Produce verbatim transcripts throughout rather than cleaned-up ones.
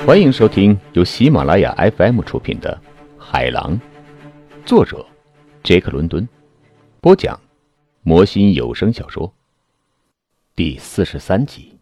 欢迎收听由喜马拉雅 F M 出品的《海狼》，作者杰克·伦敦，播讲魔心有声小说，第四十三集。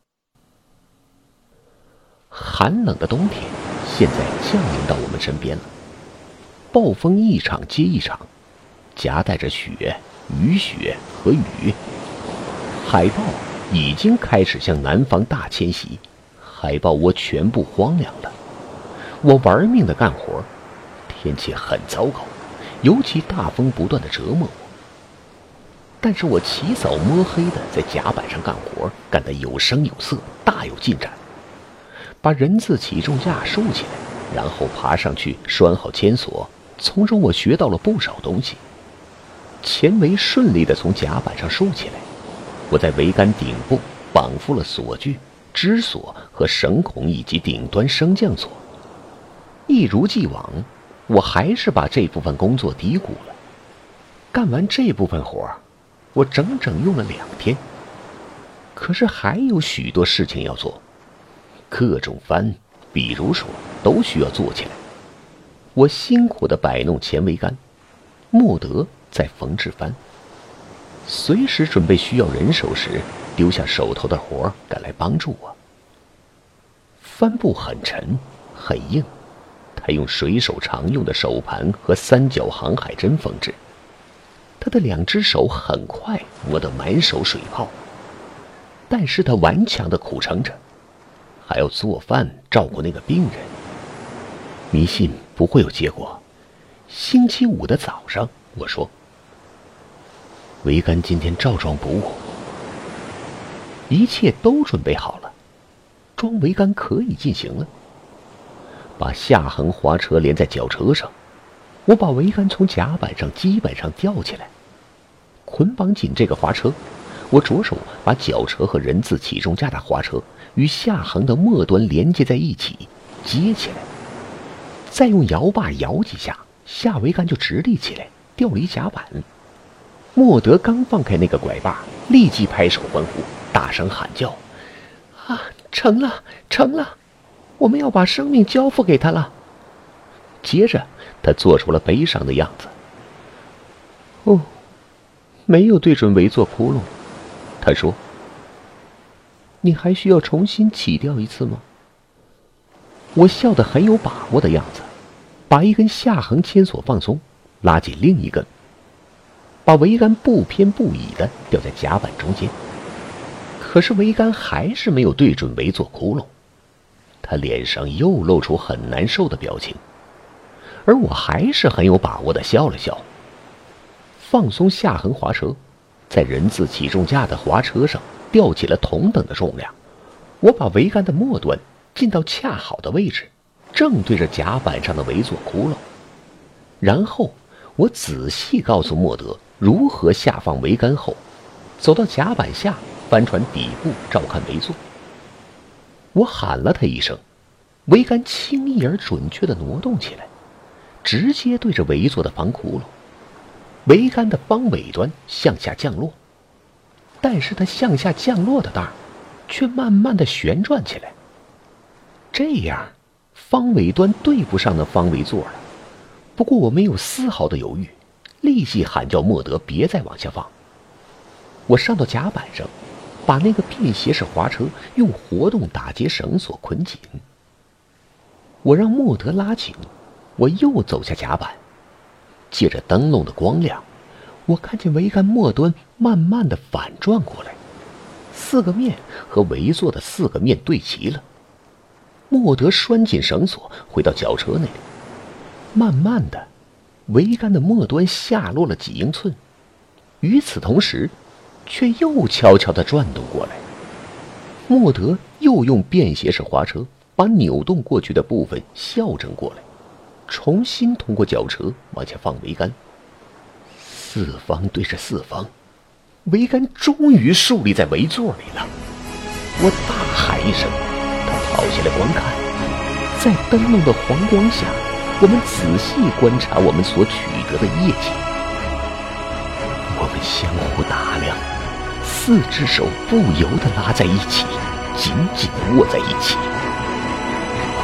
寒冷的冬天现在降临到我们身边了，暴风一场接一场，夹带着雪、雨雪和雨。海豹已经开始向南方大迁徙，海豹窝全部荒凉了。我玩命的干活，天气很糟糕，尤其大风不断的折磨我。但是我起早摸黑的在甲板上干活，干得有声有色，大有进展。把人字起重架竖起来，然后爬上去拴好牵索，从中我学到了不少东西。前桅顺利的从甲板上竖起来，我在桅杆顶部绑附了锁具、支索和绳孔以及顶端升降锁。一如既往，我还是把这部分工作低估了。干完这部分活，我整整用了两天。可是还有许多事情要做，各种帆，比如说，都需要做起来。我辛苦地摆弄前桅杆，莫德在缝制帆，随时准备需要人手时，丢下手头的活赶来帮助我。帆布很沉很硬，他用水手常用的手盘和三角航海针缝制，他的两只手很快磨得满手水泡，但是他顽强地苦撑着，还要做饭照顾那个病人。迷信不会有结果。星期五的早上，我说桅杆今天照装补我。一切都准备好了，装桅杆可以进行了。把下横滑车连在绞车上，我把桅杆从甲板上基本上吊起来，捆绑紧这个滑车。我着手把绞车和人字起重架的滑车与下横的末端连接在一起，接起来，再用摇把摇几下，下桅杆就直立起来，调离甲板。莫德刚放开那个拐把，立即拍手欢呼，大声喊叫：啊，成了，成了！我们要把生命交付给他了。接着他做出了悲伤的样子。哦，没有对准围座窟窿。他说：你还需要重新起掉一次吗？我笑得很有把握的样子，把一根下横牵索放松，拉紧另一根，把桅杆不偏不倚地吊在甲板中间。可是桅杆还是没有对准围座窟窿，他脸上又露出很难受的表情，而我还是很有把握地笑了笑。放松下横滑车，在人字起重架的滑车上吊起了同等的重量。我把桅杆的末端进到恰好的位置，正对着甲板上的围座窟窿。然后我仔细告诉莫德如何下放桅杆后，走到甲板下，帆船底部照看围座。我喊了他一声，桅杆轻易而准确地挪动起来，直接对着围座的防窟窿。桅杆的方尾端向下降落，但是它向下降落的带却慢慢地旋转起来，这样方尾端对不上那方围座了。不过我没有丝毫的犹豫，立即喊叫莫德别再往下放。我上到甲板上，把那个便携式滑车用活动打结绳索捆紧。我让莫德拉紧，我又走下甲板。借着灯笼的光亮，我看见桅杆末端慢慢地反转过来，四个面和围座的四个面对齐了。莫德拴紧绳索，回到绞车那里。慢慢的，桅杆的末端下落了几英寸，与此同时，却又悄悄地转动过来。莫德又用便携式滑车把扭动过去的部分校正过来，重新通过绞车往下放桅杆。四方对着四方，桅杆终于竖立在围座里了。我大喊一声，他跑下来观看。在灯笼的黄光下，我们仔细观察我们所取得的业绩。我们相互打量，四只手不由得拉在一起，紧紧地握在一起。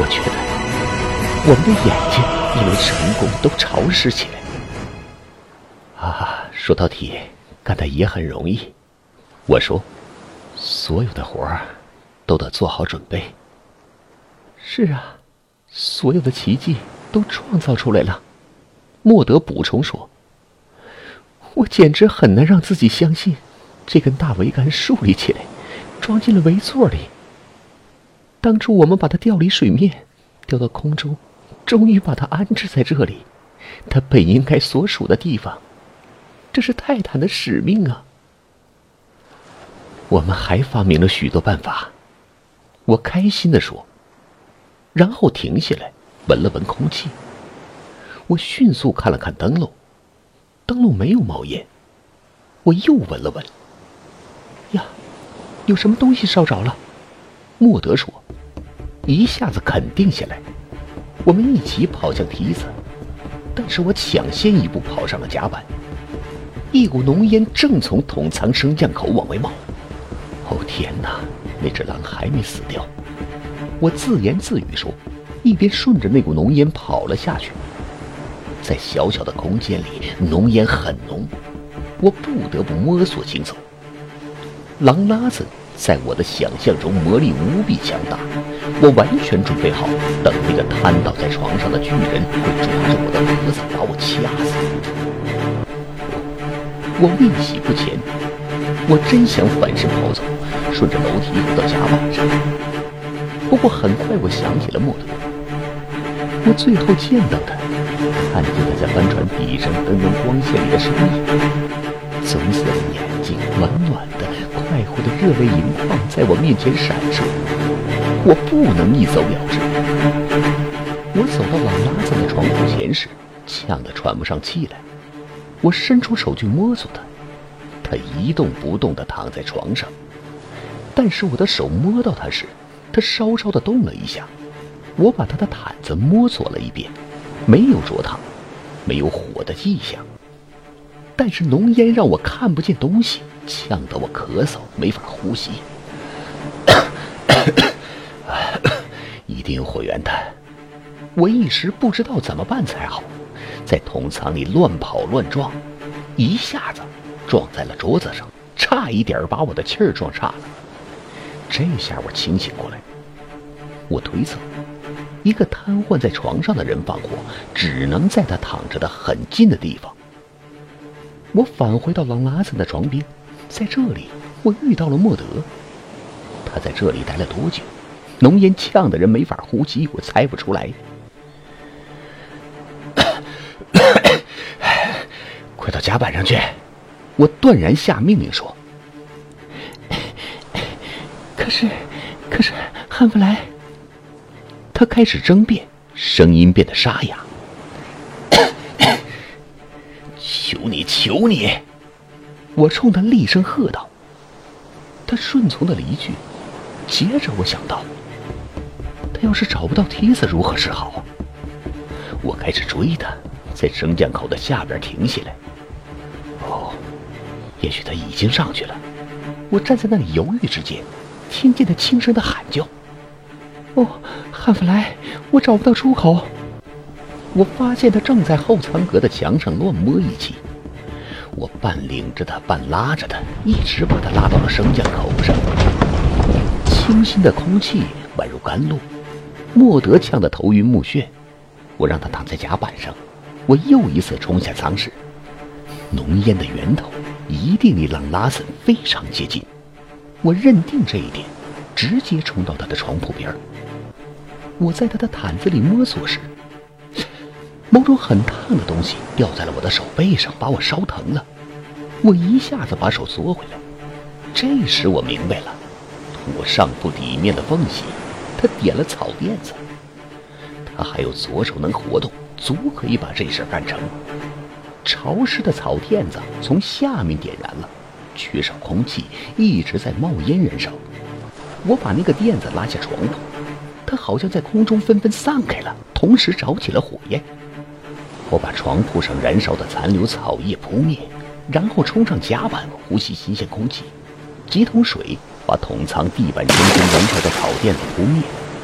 我觉得我们的眼睛因为成功都潮湿起来。啊，说到底，干得也很容易。我说，所有的活儿都得做好准备。是啊，所有的奇迹都创造出来了。莫德补充说，我简直很难让自己相信，这根大桅杆竖立起来，装进了围座里。当初我们把它吊离水面，吊到空中，终于把它安置在这里，它本应该所属的地方。这是泰坦的使命啊！我们还发明了许多办法，我开心地说，然后停下来闻了闻空气。我迅速看了看灯笼，灯笼没有冒烟。我又闻了闻，呀，有什么东西烧着了？莫德说，一下子肯定下来。我们一起跑向梯子，但是我抢先一步跑上了甲板。一股浓烟正从桶仓升降口往外冒。哦天哪，那只狼还没死掉！我自言自语说，一边顺着那股浓烟跑了下去。在小小的空间里，浓烟很浓，我不得不摸索行走。狼拉子在我的想象中魔力无比强大，我完全准备好，等那个瘫倒在床上的巨人会抓着我的脖子把我掐死。我畏喜不前，我真想反身跑走，顺着楼梯回到甲板上。不过很快我想起了莫德，我最后见到他，看见他在帆船底上灯光光线里的身影，棕色的眼睛，暖暖的、快活的热泪盈眶在我面前闪烁。我不能一走了之。我走到老拉子的床铺前时，呛得喘不上气来。我伸出手去摸索他，他一动不动地躺在床上，但是我的手摸到他时，他稍稍地动了一下。我把他的毯子摸索了一遍，没有灼烫，没有火的迹象，但是浓烟让我看不见东西，呛得我咳嗽，没法呼吸。一定有火源的，我一时不知道怎么办才好，在桶仓里乱跑乱撞，一下子撞在了桌子上，差一点把我的气儿撞岔了。这下我清醒过来，我推测一个瘫痪在床上的人放火，只能在他躺着的很近的地方。我返回到朗拉森的床边，在这里我遇到了莫德。他在这里待了多久？浓烟呛得人没法呼吸，我猜不出来。快到甲板上去！我断然下命令说。可是，可是，汉弗莱，他开始争辩，声音变得沙哑。求你，求你！我冲他厉声喝道。他顺从的离去。接着我想到，他要是找不到梯子如何是好？我开始追他，在升降口的下边停下来。哦，也许他已经上去了。我站在那里犹豫之间，听见他轻声的喊叫。哦，汉弗莱，我找不到出口。我发现他正在后舱格的墙上乱摸一气。我半领着他，半拉着他，一直把他拉到了升降口上。清新的空气宛如甘露，莫德呛得头晕目眩。我让他躺在甲板上，我又一次冲下舱室。浓烟的源头一定离朗拉森非常接近，我认定这一点，直接冲到他的床铺边。我在他的毯子里摸索时，某种很烫的东西掉在了我的手背上，把我烧疼了。我一下子把手缩回来。这时我明白了，通过上铺底面的缝隙，他点了草垫子。他还有左手能活动，足可以把这事干成。潮湿的草垫子从下面点燃了，缺少空气，一直在冒烟燃烧。我把那个垫子拉下床铺，它好像在空中纷纷散开了，同时着起了火焰。我把床铺上燃烧的残留草叶扑灭，然后冲上甲板呼吸新鲜空气。几桶水把桶仓地板中间燃烧的草垫子扑灭，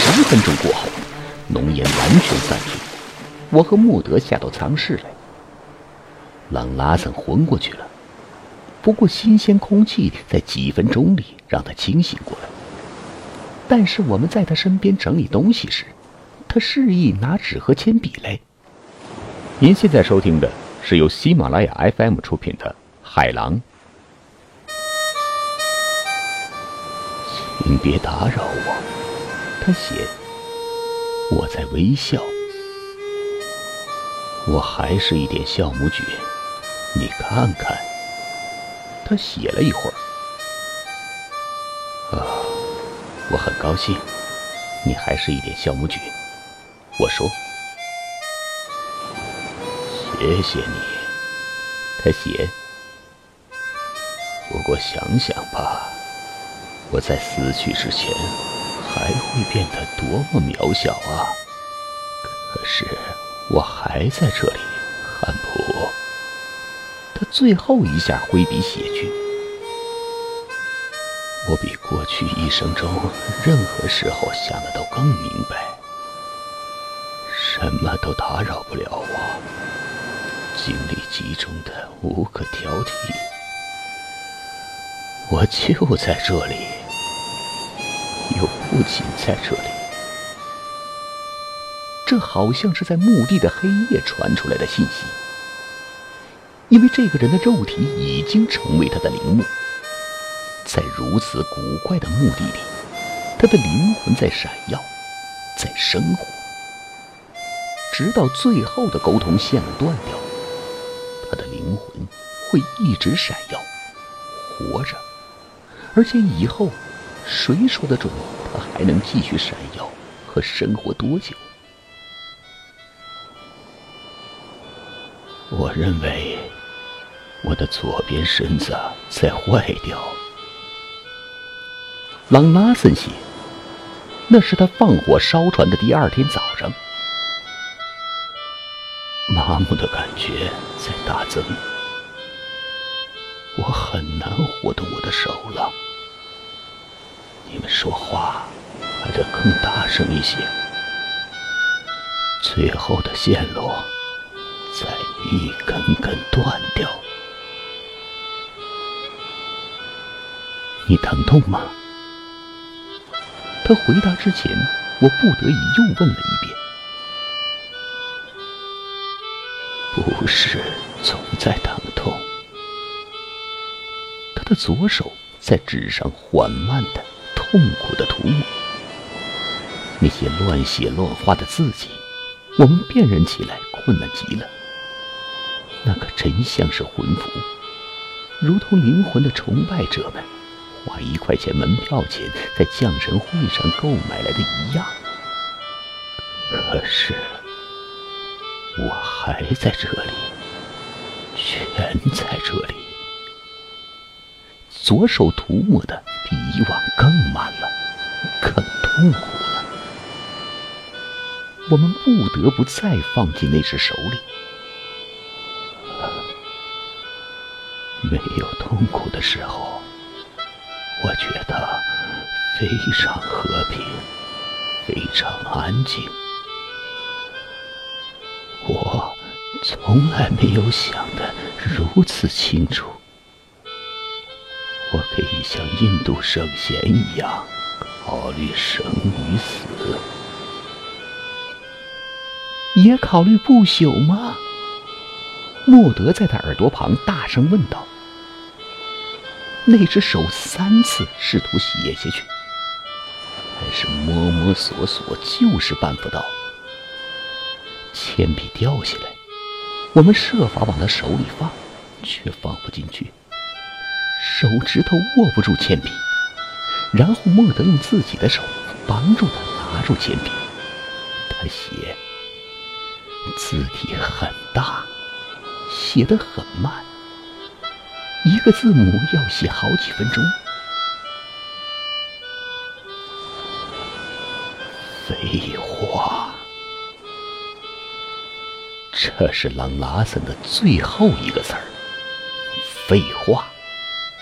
十分钟过后，浓烟完全散去，我和莫德下到舱室来。朗拉森昏过去了，不过新鲜空气在几分钟里让他清醒过来。但是我们在他身边整理东西时，他示意拿纸和铅笔来。您现在收听的是由喜马拉雅 F M 出品的《海狼》。请别打扰我，他写。我在微笑。我还是一点酵母菌，你看看。他写了一会儿。啊，我很高兴，你还是一点酵母菌。我说。谢谢你，他写。不过想想吧，我在死去之前还会变得多么渺小啊！可是我还在这里，汉普。他最后一下挥笔写去。我比过去一生中任何时候想的都更明白，什么都打扰不了我，精力集中的无可挑剔。我就在这里，又不仅在这里。这好像是在墓地的黑夜传出来的信息，因为这个人的肉体已经成为他的陵墓。在如此古怪的墓地里，他的灵魂在闪耀，在生活，直到最后的沟通线路断掉，他的灵魂会一直闪耀，活着。而且以后谁说得准他还能继续闪耀和生活多久？我认为我的左边身子在坏掉。朗拉森写，那是他放火烧船的第二天早上。麻木的感觉在大增，我很难活动我的手了。你们说话还得更大声一些。最后的线路在一根根断掉。你疼痛吗？他回答之前，我不得已又问了一遍。不是总在疼痛。他的左手在纸上缓慢的、痛苦的涂抹。那些乱写乱画的字迹，我们辨认起来困难极了。那可真像是魂符，如同灵魂的崇拜者们花一块钱门票钱在降神会上购买来的一样。可是我还在这里，全在这里。左手涂抹的比以往更慢了，更痛苦了。我们不得不再放进那只手里。没有痛苦的时候，我觉得非常和平，非常安静。我从来没有想得如此清楚。我可以像印度圣贤一样考虑生与死。也考虑不朽吗？莫德在他耳朵旁大声问道。那只手三次试图写下去，但是摸摸索索就是办不到。铅笔掉下来，我们设法往他手里放，却放不进去。手指头握不住铅笔，然后莫德用自己的手帮助他拿住铅笔。他写，字体很大，写得很慢，一个字母要写好几分钟。废话，这是朗拉森的最后一个词儿。废话，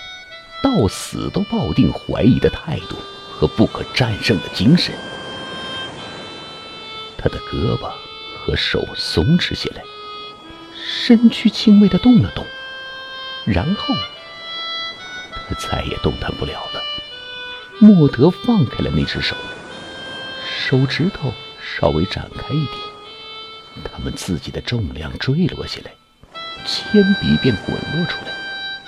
到死都抱定怀疑的态度和不可战胜的精神。 他的胳膊和手松弛下来，身躯轻微地动了动，然后他再也动弹不了了。莫德放开了那只手，手指头稍微展开一点，他们自己的重量坠落下来，铅笔便滚落出来。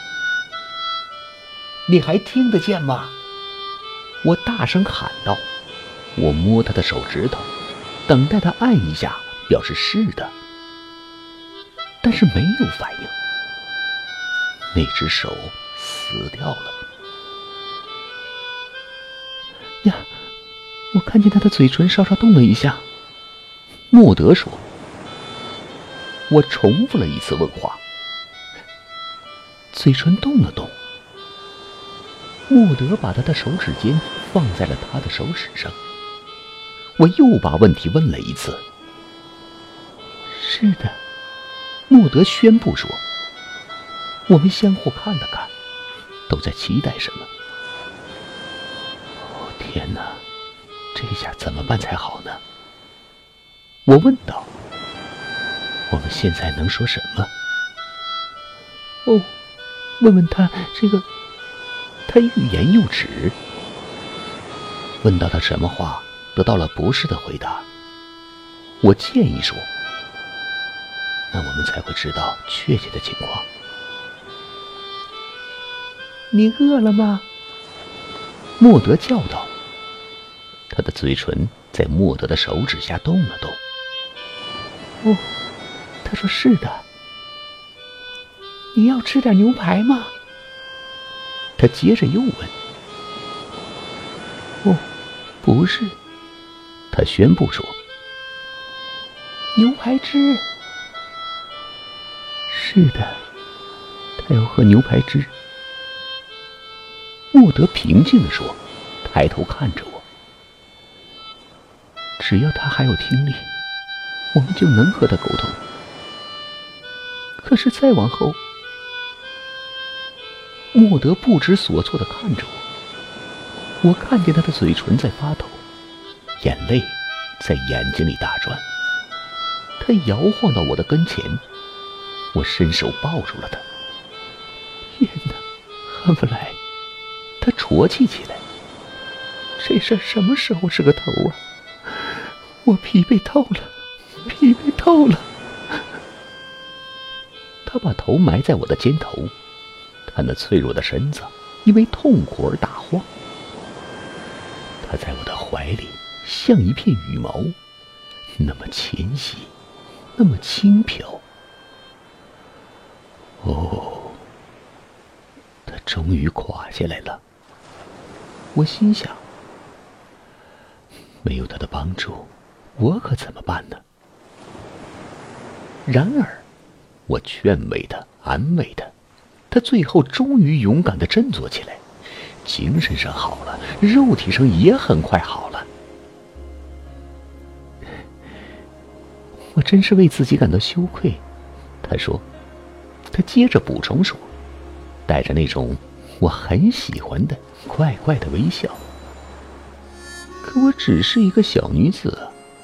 你还听得见吗？我大声喊道。我摸他的手指头，等待他按一下表示是的，但是没有反应。那只手死掉了。呀，我看见他的嘴唇稍稍动了一下。莫德说。我重复了一次问话。嘴唇动了动。莫德把他的手指尖放在了他的手指上。我又把问题问了一次。是的，莫德宣布说。我们相互看了看，都在期待什么。哦，天哪，这下怎么办才好呢？我问道。我们现在能说什么？哦，问问他这个。他欲言又止。问到他什么话，得到了不是的回答。我建议说，那我们才会知道确切的情况。你饿了吗？莫德叫道。他的嘴唇在莫德的手指下动了动。哦，他说是的。你要吃点牛排吗？他接着又问。哦，不是，他宣布说。牛排汁。是的，他要喝牛排汁。莫德平静地说，抬头看着我。只要他还有听力，我们就能和他沟通。可是再往后，莫德不知所措地看着我，我看见他的嘴唇在发抖，眼泪在眼睛里打转。他摇晃到我的跟前，我伸手抱住了他。天哪，汉弗莱，他啜泣起来。这事儿什么时候是个头啊？我疲惫透了，疲惫透了。他把头埋在我的肩头，他那脆弱的身子因为痛苦而打晃。他在我的怀里像一片羽毛，那么纤细，那么轻飘。哦，他终于垮下来了。我心想，没有他的帮助，我可怎么办呢？然而，我劝慰他，安慰他，他最后终于勇敢地振作起来，精神上好了，肉体上也很快好了。我真是为自己感到羞愧，他说。他接着补充说，带着那种我很喜欢的怪怪的微笑。可我只是一个小女子。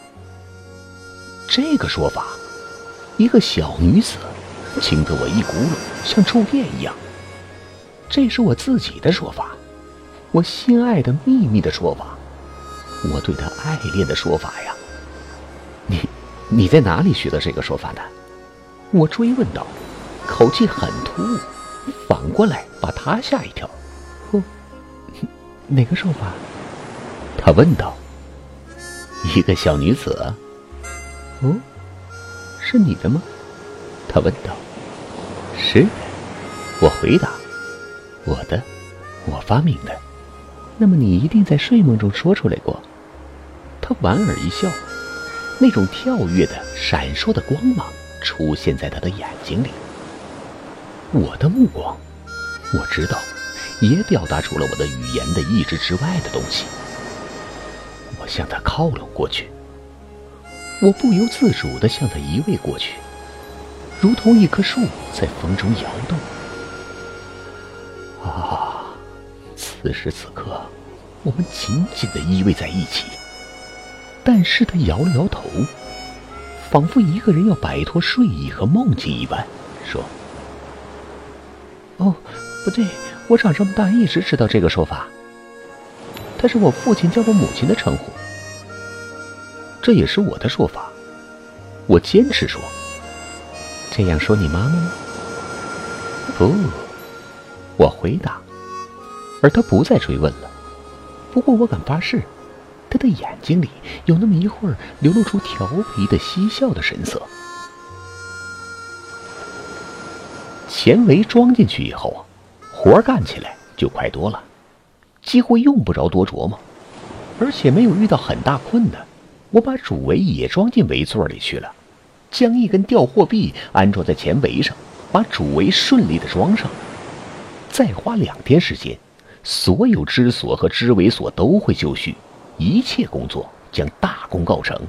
这个说法，一个小女子，惊得我一骨碌，像触电一样。这是我自己的说法，我心爱的秘密的说法，我对他爱恋的说法呀。你你在哪里学的这个说法的？我追问道，口气很突兀，反过来把他吓一跳。哦，哪个说法？他问道。一个小女子。哦，是你的吗？他问道。是的，我回答。我的，我发明的。那么你一定在睡梦中说出来过。他莞尔一笑，那种跳跃的闪烁的光芒出现在他的眼睛里。我的目光，我知道，也表达出了我的语言的意志之外的东西。我向他靠拢过去，我不由自主地向他移位过去，如同一棵树在风中摇动。啊，此时此刻，我们紧紧地依偎在一起。 但是他摇了摇头，仿佛一个人要摆脱睡意和梦境一般，说：哦，不对，我长这么大一直知道这个说法，它是我父亲叫我母亲的称呼，这也是我的说法。我坚持说。这样说你妈妈吗？不，我回答，而他不再追问了。不过我敢发誓，他的眼睛里有那么一会儿流露出调皮的嬉笑的神色。钱围装进去以后，活干起来就快多了，几乎用不着多琢磨，而且没有遇到很大困难。我把主围也装进围座里去了，将一根吊货臂安装在前围上，把主围顺利地装上。再花两天时间，所有支索和支围索都会就绪，一切工作将大功告成。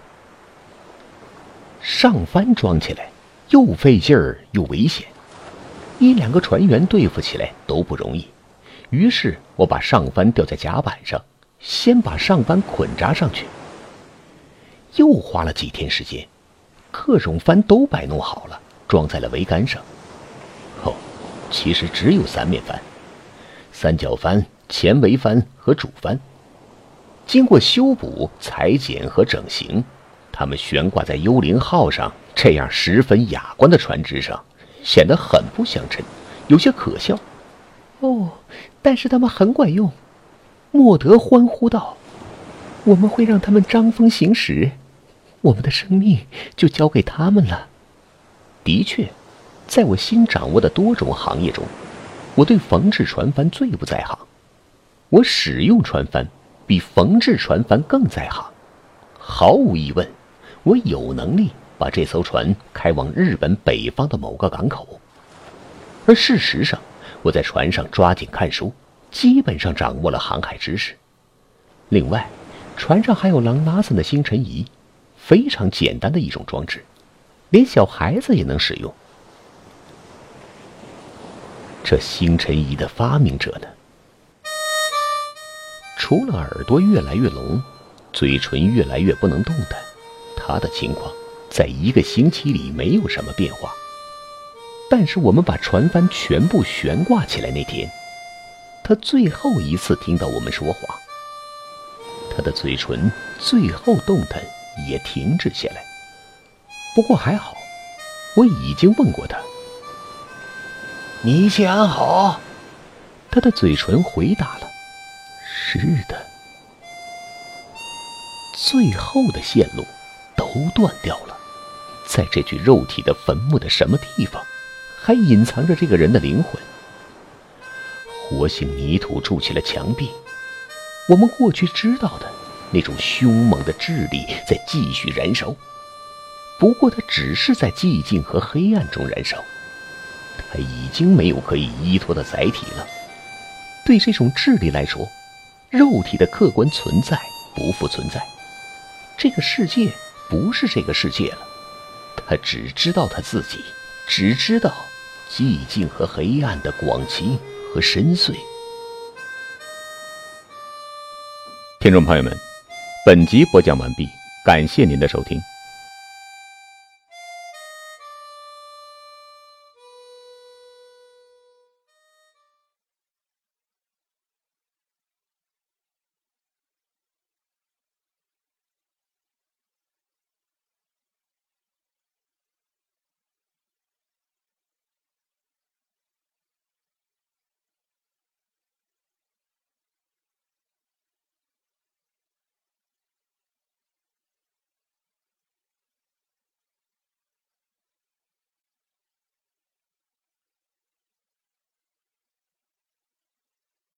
上帆装起来又费劲儿又危险，一两个船员对付起来都不容易。于是我把上帆吊在甲板上，先把上帆捆扎上去。又花了几天时间，各种帆都摆弄好了，装在了桅杆上。哦，其实只有三面帆：三角帆、前桅帆和主帆。经过修补、裁剪和整形，它们悬挂在幽灵号上这样十分雅观的船只上，显得很不相称，有些可笑。哦，但是它们很管用。莫德欢呼道：我们会让他们张风行驶，我们的生命就交给他们了。的确，在我新掌握的多种行业中，我对缝制船帆最不在行。我使用船帆比缝制船帆更在行。毫无疑问，我有能力把这艘船开往日本北方的某个港口。而事实上，我在船上抓紧看书，基本上掌握了航海知识。另外，船上还有朗纳森的星辰仪，非常简单的一种装置，连小孩子也能使用。这星辰仪的发明者呢，除了耳朵越来越聋，嘴唇越来越不能动弹，他的情况在一个星期里没有什么变化。但是我们把船帆全部悬挂起来那天，他最后一次听到我们说话，他的嘴唇最后动弹也停止下来。不过还好，我已经问过他，你一切安好？他的嘴唇回答了，是的。最后的线路都断掉了，在这具肉体的坟墓的什么地方，还隐藏着这个人的灵魂。活性泥土筑起了墙壁，我们过去知道的那种凶猛的智力在继续燃烧，不过它只是在寂静和黑暗中燃烧，它已经没有可以依托的载体了。对这种智力来说，肉体的客观存在不复存在，这个世界不是这个世界了，它只知道它自己，只知道寂静和黑暗的广清和深邃。听众朋友们，本集播讲完毕，感谢您的收听。